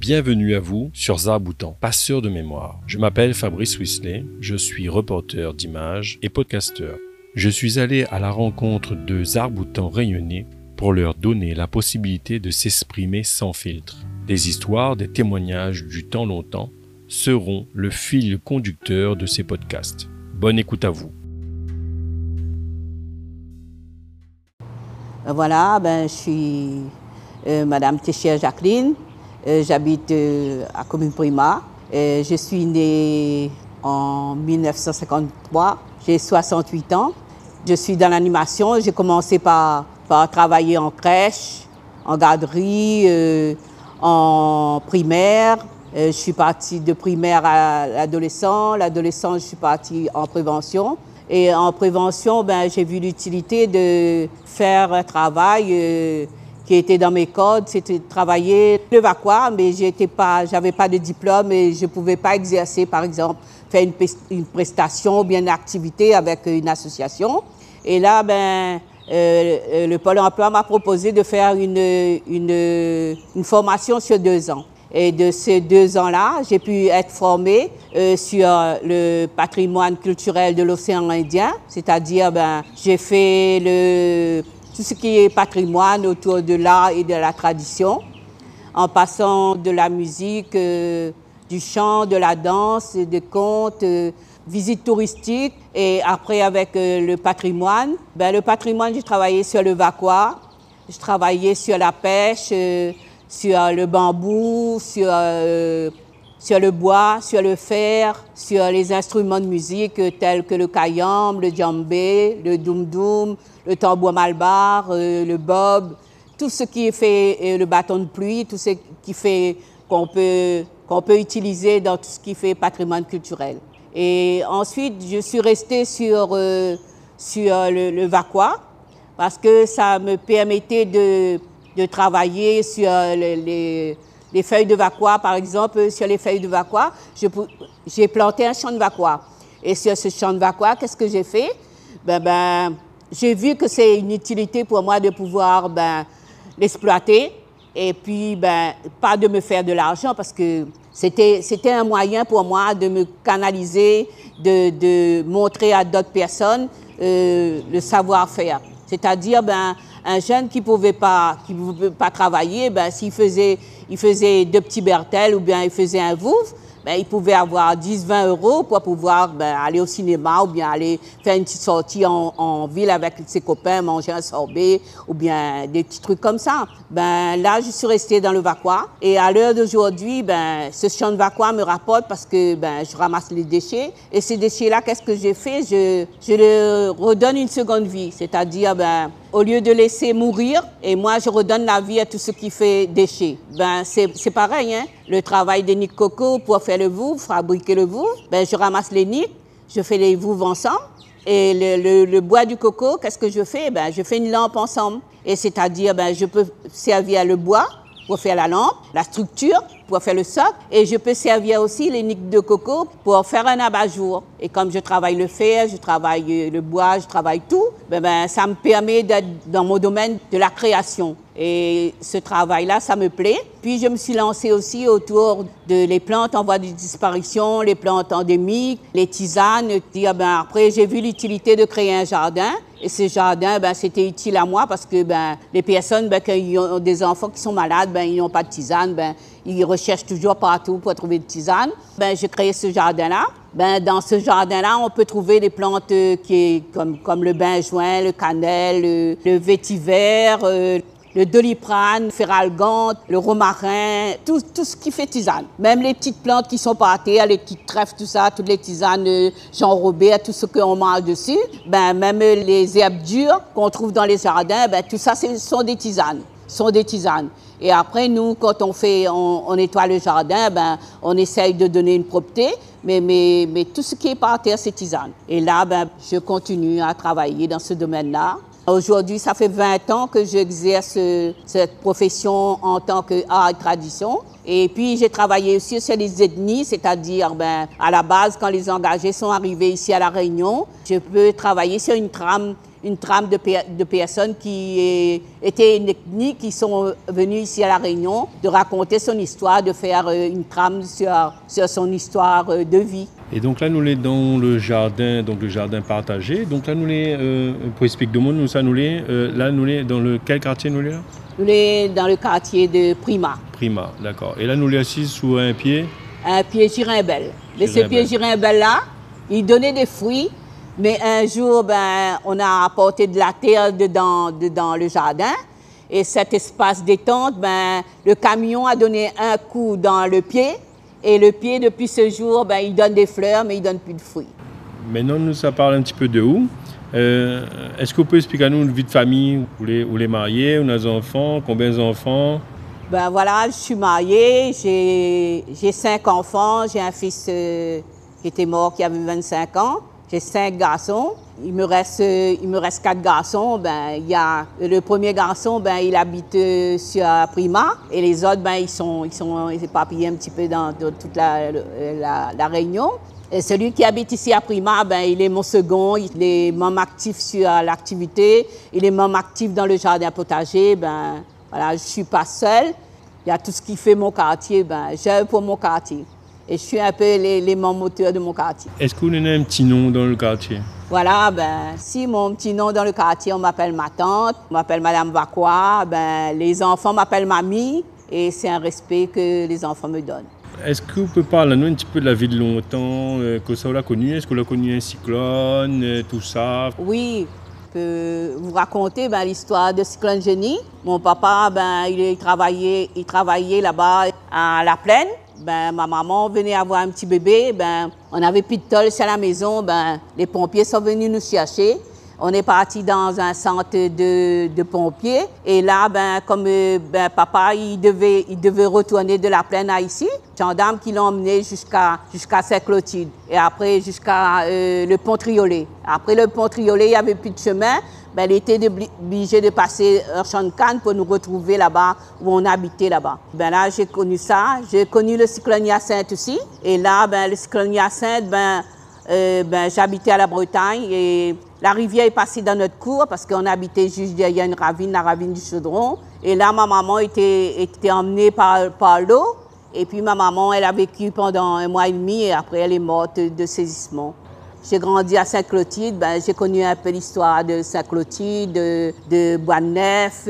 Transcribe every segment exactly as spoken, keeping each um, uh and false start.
Bienvenue à vous sur Arts-Boutan, passeur de mémoire. Je m'appelle Fabrice Wisley, je suis reporter d'images et podcasteur. Je suis allé à la rencontre de Arts-Boutan rayonnés pour leur donner la possibilité de s'exprimer sans filtre. Des histoires, des témoignages du temps longtemps seront le fil conducteur de ces podcasts. Bonne écoute à vous. Voilà, ben, je suis euh, Madame Téchière Jacqueline, euh, j'habite euh, à Commune Prima. Euh, je suis née en mille neuf cent cinquante-trois, j'ai soixante-huit ans. Je suis dans l'animation, j'ai commencé par, par travailler en crèche, en garderie, euh, en primaire. Euh, je suis partie de primaire à l'adolescent. L'adolescent, je suis partie en prévention. Et en prévention, ben, j'ai vu l'utilité de faire un travail euh, qui était dans mes codes. C'était de travailler le vacua, mais j'étais pas, j'avais pas de diplôme et je pouvais pas exercer, par exemple, faire une, une prestation ou bien une activité avec une association. Et là, ben, euh, le Pôle emploi m'a proposé de faire une, une, une formation sur deux ans. Et de ces deux ans-là, j'ai pu être formée euh, sur le patrimoine culturel de l'océan Indien, c'est-à-dire ben, j'ai fait le, tout ce qui est patrimoine autour de l'art et de la tradition, en passant de la musique, euh, du chant, de la danse, des contes, euh, visites touristiques, et après avec euh, le patrimoine. Ben, le patrimoine, j'ai travaillé sur le vacua, je travaillais sur la pêche, euh, sur le bambou, sur, euh, sur le bois, sur le fer, sur les instruments de musique tels que le kayam, le djembé, le doum-doum, le tambour malbar, euh, le bob, tout ce qui est fait, euh, le bâton de pluie, tout ce qui fait qu'on peut, qu'on peut utiliser dans tout ce qui fait patrimoine culturel. Et ensuite, je suis restée sur, euh, sur le, le vacua parce que ça me permettait de de travailler sur les, les, les feuilles de vacua, par exemple. Sur les feuilles de vacua, j'ai planté un champ de vacua. Et sur ce champ de vacua, qu'est-ce que j'ai fait? Ben, ben, j'ai vu que c'est une utilité pour moi de pouvoir ben, l'exploiter et puis ben, pas de me faire de l'argent parce que c'était, c'était un moyen pour moi de me canaliser, de, de montrer à d'autres personnes euh, le savoir-faire. C'est-à-dire, ben, un jeune qui ne pouvait pas, qui pouvait pas travailler, ben, s'il faisait, il faisait deux petits bertels ou bien il faisait un vouf, ben, il pouvait avoir dix, vingt euros pour pouvoir ben, aller au cinéma ou bien aller faire une petite sortie en, en ville avec ses copains, manger un sorbet ou bien des petits trucs comme ça. Ben, là, je suis restée dans le vacua et à l'heure d'aujourd'hui, ben, ce champ de vacua me rapporte parce que ben, je ramasse les déchets et ces déchets-là, qu'est-ce que j'ai fait? Je, je leur redonne une seconde vie, c'est-à-dire ben, au lieu de laisser mourir, et moi je redonne la vie à tout ce qui fait déchets. Ben, c'est, c'est pareil, hein? Le travail des nids de coco pour faire le vouf, fabriquer le vouf, ben, je ramasse les nids, je fais les voufs ensemble, et le, le, le bois du coco, qu'est-ce que je fais? Ben, je fais une lampe ensemble. Et c'est-à-dire, ben, je peux servir le bois pour faire la lampe, la structure pour faire le socle, et je peux servir aussi les nids de coco pour faire un abat-jour. Et comme je travaille le fer, je travaille le bois, je travaille tout, ben, ben, ça me permet d'être dans mon domaine de la création. Et ce travail-là, ça me plaît. Puis je me suis lancée aussi autour de les plantes en voie de disparition, les plantes endémiques, les tisanes. Et ben, après, j'ai vu l'utilité de créer un jardin. Et ce jardin, ben, c'était utile à moi parce que ben, les personnes, ben, quand ils ont des enfants qui sont malades, ben, ils n'ont pas de tisane, ben, ils recherchent toujours partout pour trouver de tisane. Ben, j'ai créé ce jardin-là. Ben, dans ce jardin-là, on peut trouver des plantes euh, qui, comme, comme le benjoin, le cannelle, le, le vétiver, euh, le doliprane, le feralgante, le romarin, tout, tout ce qui fait tisane. Même les petites plantes qui sont par terre, les petites trèfles, tout ça, toutes les tisanes euh, Jean Robert, tout ce qu'on mange dessus, ben, même les herbes dures qu'on trouve dans les jardins, ben, tout ça, ce sont des tisanes. sont des tisanes. Et après, nous, quand on fait, on, on nettoie le jardin, ben, on essaye de donner une propreté, mais, mais, mais tout ce qui est par terre, c'est tisane. Et là, ben, je continue à travailler dans ce domaine-là. Aujourd'hui, ça fait vingt ans que j'exerce cette profession en tant qu'art et tradition. Et puis, j'ai travaillé aussi sur les ethnies, c'est-à-dire, ben, à la base, quand les engagés sont arrivés ici à La Réunion, je peux travailler sur une trame une trame de, de personnes qui est, étaient une ethnie, qui sont venues ici à La Réunion, de raconter son histoire, de faire une trame sur, sur son histoire de vie. Et donc là, nous sommes dans le jardin, donc le jardin partagé. Donc là, nous sommes, euh, pour expliquer de monde, nous ça nous euh, là, nous sommes dans le quel quartier nous sommes là? Nous sommes dans le quartier de Prima. Prima, d'accord. Et là, nous sommes assis sous un pied? Un pied girimbelle. Mais ce pied girimbelle là, il donnait des fruits. Mais un jour, ben, on a apporté de la terre dedans, dedans le jardin. Et cet espace détente, ben, le camion a donné un coup dans le pied. Et le pied, depuis ce jour, ben, il donne des fleurs, mais il ne donne plus de fruits. Maintenant, nous, ça parle un petit peu de où. Euh, Est-ce que vous pouvez expliquer à nous une vie de famille? Vous les, vous les mariez, vous avez des enfants? Combien d'enfants? Ben voilà, je suis mariée, j'ai cinq enfants. J'ai un fils euh, qui était mort, qui avait vingt-cinq ans. J'ai cinq garçons. Il me reste, il me reste quatre garçons. Ben, il y a, le premier garçon, ben, il habite sur Prima. Et les autres, ben, ils sont, ils sont éparpillés un petit peu dans, dans toute la, la, la Réunion. Et celui qui habite ici à Prima, ben, il est mon second. Il est membre actif sur l'activité. Il est membre actif dans le jardin potager. Ben, voilà, je ne suis pas seule. Il y a tout ce qui fait mon quartier. Ben, j'aime pour mon quartier. Et je suis un peu l'élément moteur de mon quartier. Est-ce que vous avez un petit nom dans le quartier? Voilà, ben, si mon petit nom dans le quartier, on m'appelle ma tante, on m'appelle Madame Vakwa, ben, les enfants m'appellent Mamie, et c'est un respect que les enfants me donnent. Est-ce que vous pouvez parler nous un petit peu de la vie de longtemps, euh, que ça vous l'a connu? Est-ce que vous l'avez connu un cyclone, euh, tout ça? Oui, je peux vous raconter ben, l'histoire de Cyclone Génie. Mon papa, ben, il travaillait, il travaillait là-bas à La Plaine. Ben, ma maman venait avoir un petit bébé, ben, on avait plus de tôle à la maison, ben, les pompiers sont venus nous chercher. On est parti dans un centre de, de pompiers et là, ben, comme ben, papa il devait, il devait retourner de La Plaine à ici, gendarmes qui l'ont emmené jusqu'à jusqu'à Saint-Clotilde et après jusqu'à euh, le pont Triolet. Après le pont Triolet, il n'y avait plus de chemin. Ben, il était obligé de passer un champ de canne pour nous retrouver là-bas, où on habitait là-bas. Ben là, j'ai connu ça. J'ai connu le cyclone Hyacinthe aussi. Et là, ben, le cyclone Hyacinthe, ben, euh, ben, j'habitais à la Bretagne et la rivière est passée dans notre cour parce qu'on habitait juste derrière une ravine, la ravine du Chaudron. Et là, ma maman était, était emmenée par, par l'eau. Et puis ma maman, elle a vécu pendant un mois et demi et après, elle est morte de saisissement. J'ai grandi à Saint-Clotilde, ben, j'ai connu un peu l'histoire de Saint-Clotilde, de, de Bois-de-Neuf,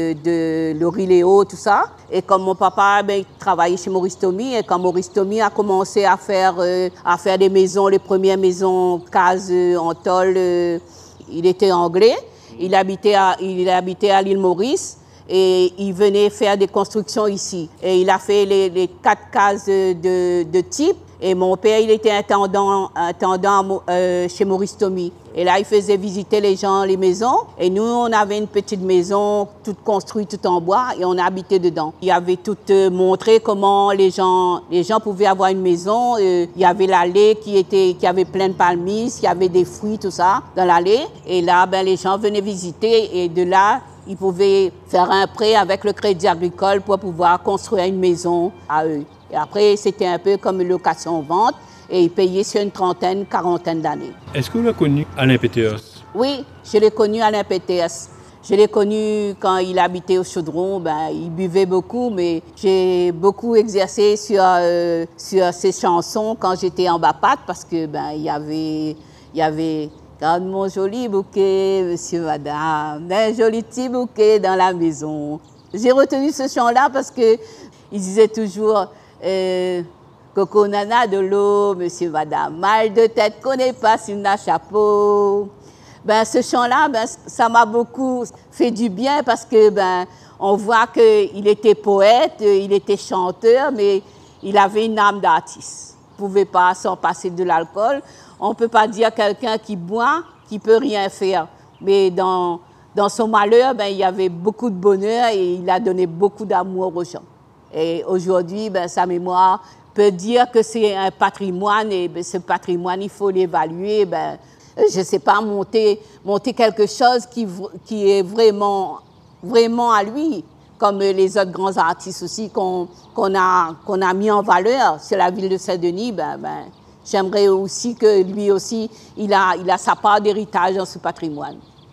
de Lori-Léo, tout ça. Et comme mon papa ben, il travaillait chez Maurice Thomy, et quand Maurice Thomy a commencé à faire, euh, à faire des maisons, les premières maisons cases euh, en tôle, euh, il était anglais, il habitait à, il habitait à l'île Maurice. Et il venait faire des constructions ici. Et il a fait les, les quatre cases de, de type. Et mon père, il était intendant, intendant euh, chez Maurice Thomy. Et là, il faisait visiter les gens les maisons. Et nous, on avait une petite maison toute construite, tout en bois, et on habitait dedans. Il avait tout euh, montré comment les gens, les gens pouvaient avoir une maison. Euh, il y avait l'allée qui était, qui avait plein de palmiers, il y avait des fruits, tout ça, dans l'allée. Et là, ben, les gens venaient visiter. Et de là, ils pouvaient faire un prêt avec le Crédit Agricole pour pouvoir construire une maison à eux. Et après, c'était un peu comme une location-vente et ils payaient sur une trentaine, quarantaine d'années. Est-ce que vous l'avez connu Alain Pétéos? Oui, je l'ai connu Alain Pétéos. Je l'ai connu quand il habitait au Chaudron. Ben, il buvait beaucoup, mais j'ai beaucoup exercé sur, euh, sur ses chansons quand j'étais en Bapat parce que ben, il y avait, il y avait Garde mon joli bouquet, monsieur, madame, un joli petit bouquet dans la maison. J'ai retenu ce chant-là parce qu'il disait toujours euh, Coco nana de l'eau, monsieur, madame, mal de tête qu'on n'est pas sur un chapeau. Ben, ce chant-là, ben, ça m'a beaucoup fait du bien parce que ben, on voit qu'il était poète, il était chanteur, mais il avait une âme d'artiste. Il ne pouvait pas s'en passer de l'alcool. On ne peut pas dire quelqu'un qui boit, qui ne peut rien faire. Mais dans, dans son malheur, ben, il y avait beaucoup de bonheur et il a donné beaucoup d'amour aux gens. Et aujourd'hui, ben, sa mémoire peut dire que c'est un patrimoine et ben, ce patrimoine, il faut l'évaluer. Ben, je ne sais pas, monter, monter quelque chose qui, qui est vraiment, vraiment à lui, comme les autres grands artistes aussi qu'on qu'on a, qu'on a mis en valeur sur la ville de Saint-Denis. Ben, ben, j'aimerais aussi que lui aussi, il a, il a sa part d'héritage dans ce patrimoine.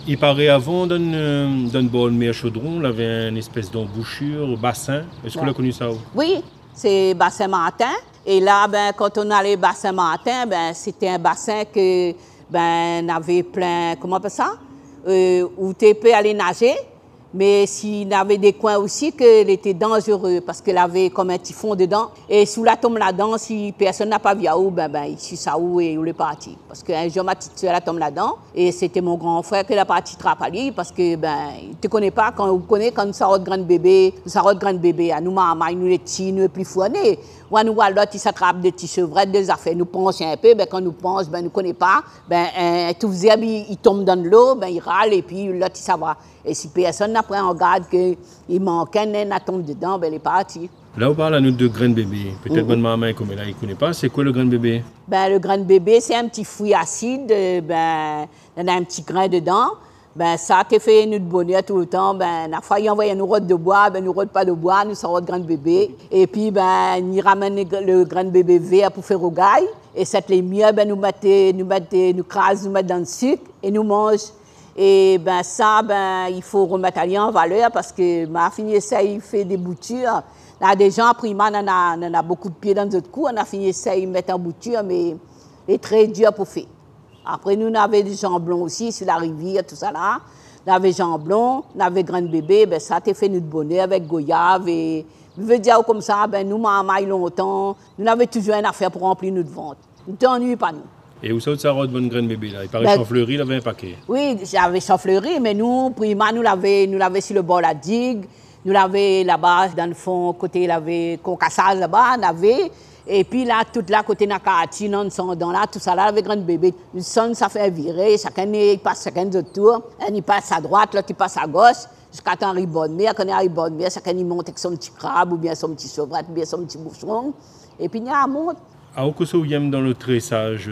Il paraît avant, dans une, dans une bonne mer chaudron, il y avait une espèce d'embouchure, bassin. Est-ce que vous avez connu ça? Oui, c'est bassin Martin. Et là, ben, quand on allait au bassin Martin, ben, c'était un bassin que ben, on avait plein, comment on appelle ça? Euh, où tu peux aller nager. Mais s'il y avait des coins aussi qu'il était dangereux parce qu'il avait comme un typhon dedans. Et sous la tombe là-dedans, si personne n'a pas vu à où, ben, ben, il suit ça où et où il est parti. Parce qu'un jour, ma petite soeur, elle tombe là-dedans. Et c'était mon grand frère qui l'a parti trapali parce que, ben, il te connaît pas. Quand vous connaissez, quand nous sortons de grand bébé, nous sortons de grand bébé, à nous, maman, nous les petits, nous les plus fournés. Ou nous, l'autre, il s'attrape des petits chevrettes, des affaires. Nous pensons un peu, ben, quand nous pensons, ben, nous ne connaissons pas. Ben, un tout faisait, il, il tombe dans l'eau, ben, il râle et puis l'autre, il s'en Et si personne n'apprend en garde qu'il manque un nain à tomber dedans, ben, il est parti. Là, on parle à nous de grain de bébé. Peut-être bonne maman, comme elle ne connaît pas. C'est quoi le grain de bébé? Ben, le grain de bébé, c'est un petit fruit acide. Ben, il y a un petit grain dedans. Ben, ça te fait nous de bonheur tout le temps. Ben, la fois, il envoie une route de bois, ben, nous route pas de bois, nous sortons de grain de bébé. Et puis, ben, il ramène le grain de bébé vert pour faire au gaille. Et cette les mieux, ben, nous mettons, nous mettons, nous crasons, nous mettons dans le sucre et nous mangeons. Et ben, ça, ben, il faut remettre en valeur parce que ma fille, ça, il fait des boutures. Là, des gens, prima, on a, on a beaucoup de pieds dans notre cou, on a fini ça, ils mettent en bouture, mais c'est très dur pour faire. Après, nous, on avait des jambons aussi sur la rivière, tout ça là. On avait jambons, on avait grain de bébé, ben, ça t'a fait notre bonheur avec goyave. Et je veux dire comme ça, ben, nous, maman, longtemps, nous avons toujours une affaire pour remplir notre ventre. Nous ne t'ennuions pas, nous. Et où ça, ça a de bonne graine bébé là? Il paraît Ben, Champfleury, il avait un paquet. Oui, j'avais Champfleury, mais nous, prima, nous l'avons nous l'avons sur le bord de la digue. Nous l'avons là-bas, dans le fond, côté, l'avait Concassage là-bas, on avait. Et puis là, toute là, côté Nakati, non, dans là, tout ça là, avec grand bébé. Le son, ça fait virer, chacun il passe chacun de tour. Un il passe à droite, l'autre il passe à gauche. Jusqu'à temps il bonne mer, quand il arrive bonne mer, chacun il monte avec son petit crabe, ou bien son petit chevrette, ou bien son petit bouchon. Et puis il y a un monte. À où vous aime dans le tressage?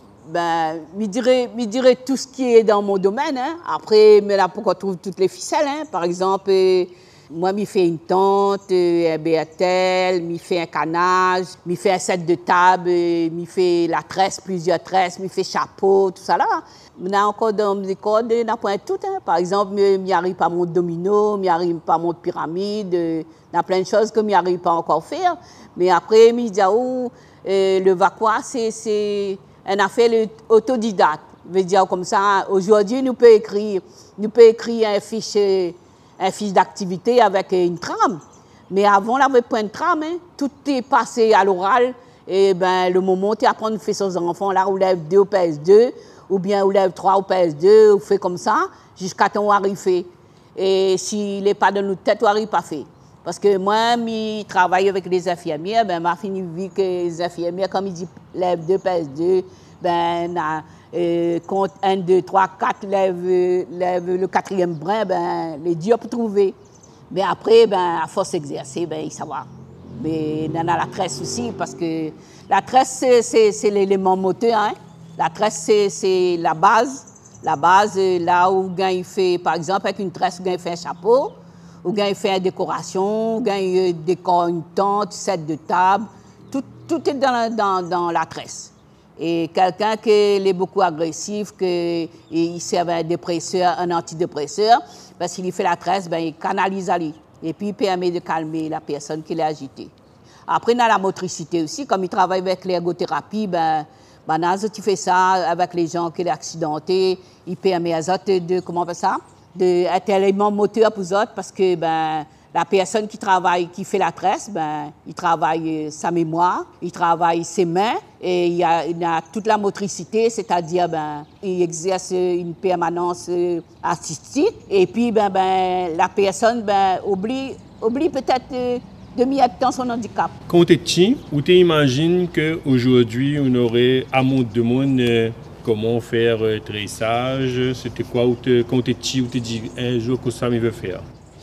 Ben, je dirais, je dirais tout ce qui est dans mon domaine. Hein. Après, mais là, pourquoi on trouve toutes les ficelles. Hein. Par exemple, euh, moi, je fais une tente, euh, un béatel, je fais un canage, je fais un set de table, je fais la tresse, plusieurs tresses, je fais chapeau, tout ça là. Mais encore dans mes cordes, on a point tout. Hein. Par exemple, je n'y arrive pas à monter domino, je n'y arrive pas à monter pyramide, il y a plein de choses que je n'y arrive pas encore à faire. Mais après, je me dis, oh, euh, le vacua, c'est une affaire autodidacte. Je veux dire comme ça, aujourd'hui, nous pouvons écrire, nous pouvons écrire un fichier, un fiche d'activité avec une trame. Mais avant, on n'avait pas une trame. Hein. Tout est passé à l'oral. Et ben, le moment où tu apprends à faire aux enfants, là, on lève deux au P S deux, ou bien on lève trois au P S deux, on fait comme ça, jusqu'à temps où arrive. Et s'il n'est pas dans notre tête, on n'arrive pas à faire. Parce que moi, je travaille avec les infirmières, ben, ma fini vu que les infirmières, comme ils disent, lève deux P S deux, ben, euh, compte un, deux, trois, quatre, lève, lève le quatrième brin, ben, les dieux pour trouver. Mais après, ben, à force d'exercer, ben, ils savent. Mais il y en a la tresse aussi, parce que la tresse, c'est l'élément moteur. Hein? La tresse, c'est la base. La base, là où il fait, par exemple, avec une tresse, il fait un chapeau, ou il fait une décoration, il décore une tente, set de table. Tout, tout est dans, dans, dans la tresse. Et quelqu'un qui est beaucoup agressif, qu'il sert un dépresseur, un antidépresseur, parce qu'il fait la tresse, ben, il canalise à lui. Et puis, il permet de calmer la personne qui est agitée. Après, on a la motricité aussi. Comme il travaille avec l'ergothérapie, ben, ben, tu fais ça avec les gens qui sont accidentés. Il permet aux autres de, comment on fait ça? D'être élément moteur pour eux autres, parce que ben, la personne qui travaille, qui fait la tresse, ben, il travaille sa mémoire, il travaille ses mains, et il a, il a toute la motricité, c'est-à-dire ben, il exerce une permanence artistique, et puis ben, ben, la personne ben, oublie, oublie peut-être de mettre dans son handicap. Quand tu es petit, où tu imagines qu'aujourd'hui on aurait un monde de monde, euh, comment faire euh, tressage, c'était quoi où te, quand tu es petit, où tu dis un jour que ça me veut faire?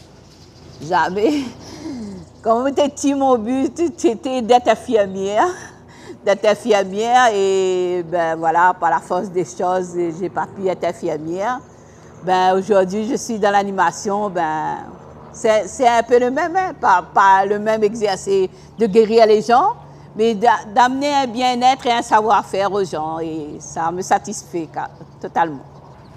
Jamais. Quand j'étais petit, mon but, c'était d'être infirmière. D'être infirmière et ben voilà, par la force des choses, je n'ai pas pu être infirmière. Ben, aujourd'hui, je suis dans l'animation. Ben, c'est un peu le même, hein, pas, pas le même exercice de guérir les gens, mais d'amener un bien-être et un savoir-faire aux gens. Et ça me satisfait totalement.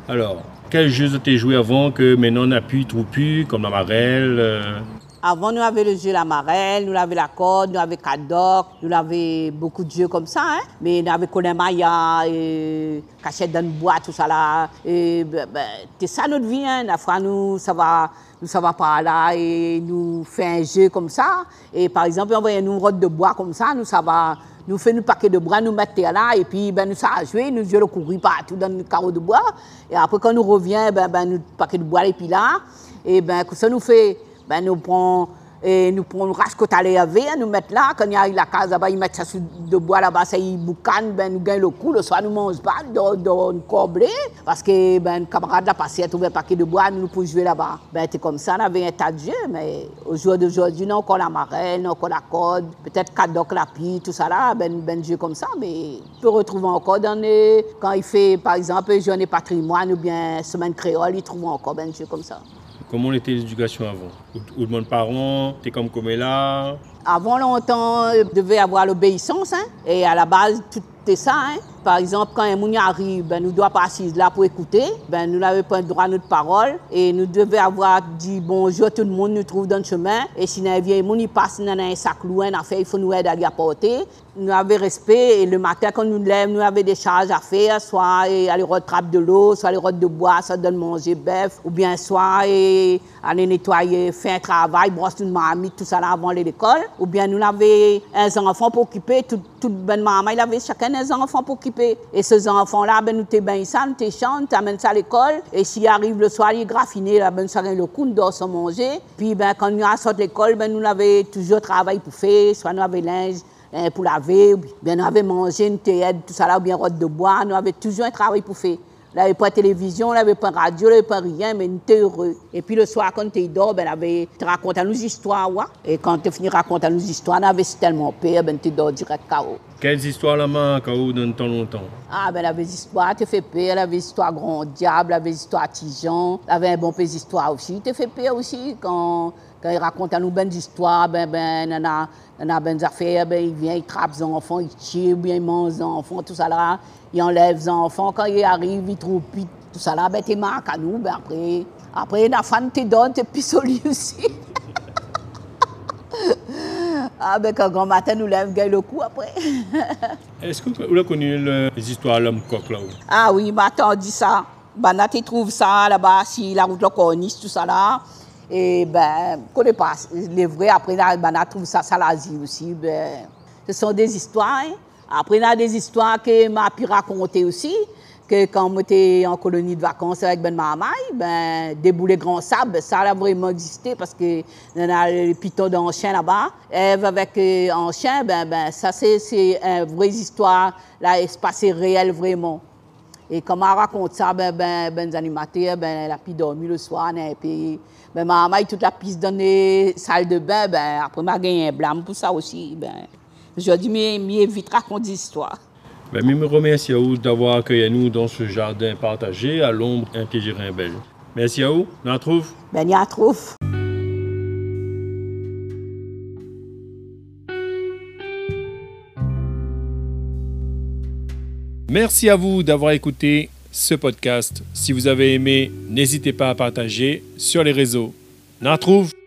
Alors, quels jeux tu as joué avant que maintenant on n'a plus, trop plus, comme la marelle euh... Avant, nous avions le jeu la marelle, nous avions la corde, nous avions cadoc, nous avions beaucoup de jeux comme ça. Hein? Mais nous avions Colin Maya, cachette dans le bois, tout ça là. Et, ben, ben, c'est ça notre vie. Hein? La fois, nous, ça va, nous, ça va par là et nous fait un jeu comme ça. Et par exemple, on voit une route de bois comme ça, nous, ça va. Nous faisons un paquet de bois, nous mettons là, et puis ben, nous ça a joué, nous jouons courir partout dans le carreau de bois. Et après, quand nous revenons, ben, ben, nous paquet de bois, et puis là, et ben, ça nous fait. Ben, nous prenons et nous prenons rascote à l'hervé, nous mettons là, quand il y a la case là-bas, ils mettent ça sur de bois là-bas, ça y boucane, ben nous gagnons le coup, le soir nous mangeons pas, dans, dans une corblée, parce que ben camarade là passé a trouvé un paquet de bois, nous pour jouer là-bas. Ben c'est comme ça, on avait un tas de jeux, mais au jour d'aujourd'hui, non encore la marelle, non encore la corde, peut-être cadoc, la pie, tout ça là, ben ben jeux comme ça, mais on peut retrouver encore dans les, quand il fait par exemple journée patrimoine ou bien semaine créole, ils trouvent encore ben jeux comme ça. Comment était l'éducation avant? Ou demande parents, t'es comme comme là? Avant longtemps, on devait avoir l'obéissance, hein? Et à la base, tout est ça. Hein? Par exemple, quand un moun arrive, ben, nous ne devons pas assis là pour écouter. Ben, nous n'avons pas le droit à notre parole. Et nous devons avoir dit bonjour à tout le monde, nous trouve dans le chemin. Et si un vieil moun il passe dans un sac loin, il faut nous aider à lui apporter. Nous avons respect. Et le matin, quand nous nous lèvons, nous avons des charges à faire, soit aller rattraper de l'eau, soit aller rattraper de bois, soit donner manger bœuf, ou bien soit et aller nettoyer, faire un travail, brosser une marmite, tout ça là avant l'école. Ou bien nous avons un enfant pour occuper, toute tout bonne maman, il avait chacun un enfant pour occuper. Et ces enfants-là, ben, nous t'ébènent ça, nous t'échantent, t'amènes ça à l'école. Et s'il arrive le soir, il est graffiné, là, ben, ça le coup, nous dort sans manger. Puis ben, quand nous sortons de l'école, ben, nous avons toujours travail pour faire, soit nous avons linge hein, pour laver, ou bien nous avons mangé, nous t'aide, tout ça là, ou bien rotte de bois, nous avons toujours un travail pour faire. On n'avait pas de télévision, on n'avait pas de radio, on n'avait pas rien, mais nous étions heureux. Et puis le soir, quand tu dors, ben, tu racontes à nous histoires. Ouais. Et quand tu finis de raconter à nous histoires, on avait tellement peur, ben, tu dors direct K O. Quelles histoires là-bas, K O, dans tant longtemps? Ah, ben, il y avait des histoires, tu fais peur, il y avait des histoires grand diable, il y avait des histoires Tijan, il y avait un bon peu d'histoires aussi. Tu fais peur aussi quand. Quand il raconte à nous ben histoires, ben ben on a on a ben affaires, ben il vient, il trappe les enfants, il tire, bien il mange les enfants, tout ça là, il enlève les enfants, quand il arrive, il trouve tout ça là, ben t'es marque à nous, ben après après la femme te donne, t'es plus au lit aussi. Ah ben quand grand matin nous lève, gagne le coup après. Est-ce que vous avez connu les histoires de l'homme coq là? Ah oui, ma tante dit ça. Ben là tu trouves ça là-bas, si la route le corniche, tout ça là. Et ben, je ne connais pas les vrais. Après, on a trouvé ça Salazie aussi. Ben, ce sont des histoires. Après, on a des histoires que m'a pu raconter aussi. Que quand on était en colonie de vacances avec Ben Mahamay, ben, débouler grand sable, ça a vraiment existé parce que on a le piton d'un chien là-bas. Ève avec euh, un chien, ben, ben, ça c'est une vraie histoire. Là, c'est passé réel vraiment. Et comme on raconte ça, ben, ben, ben, les animateurs, ben, elle a pu dormir le soir. Et puis, ben, ma maman, toute la piste dans les salles de bain, ben, après, m'a gagné un blâme pour ça aussi. Ben, je dis, mais, mais vite raconter des histoires. Ben, je me remercie à vous d'avoir accueilli nous dans ce jardin partagé à l'ombre intégrée belle. Merci à vous. On la trouve. Ben, il y a trouve. Merci à vous d'avoir écouté ce podcast. Si vous avez aimé, n'hésitez pas à partager sur les réseaux. On la trouve.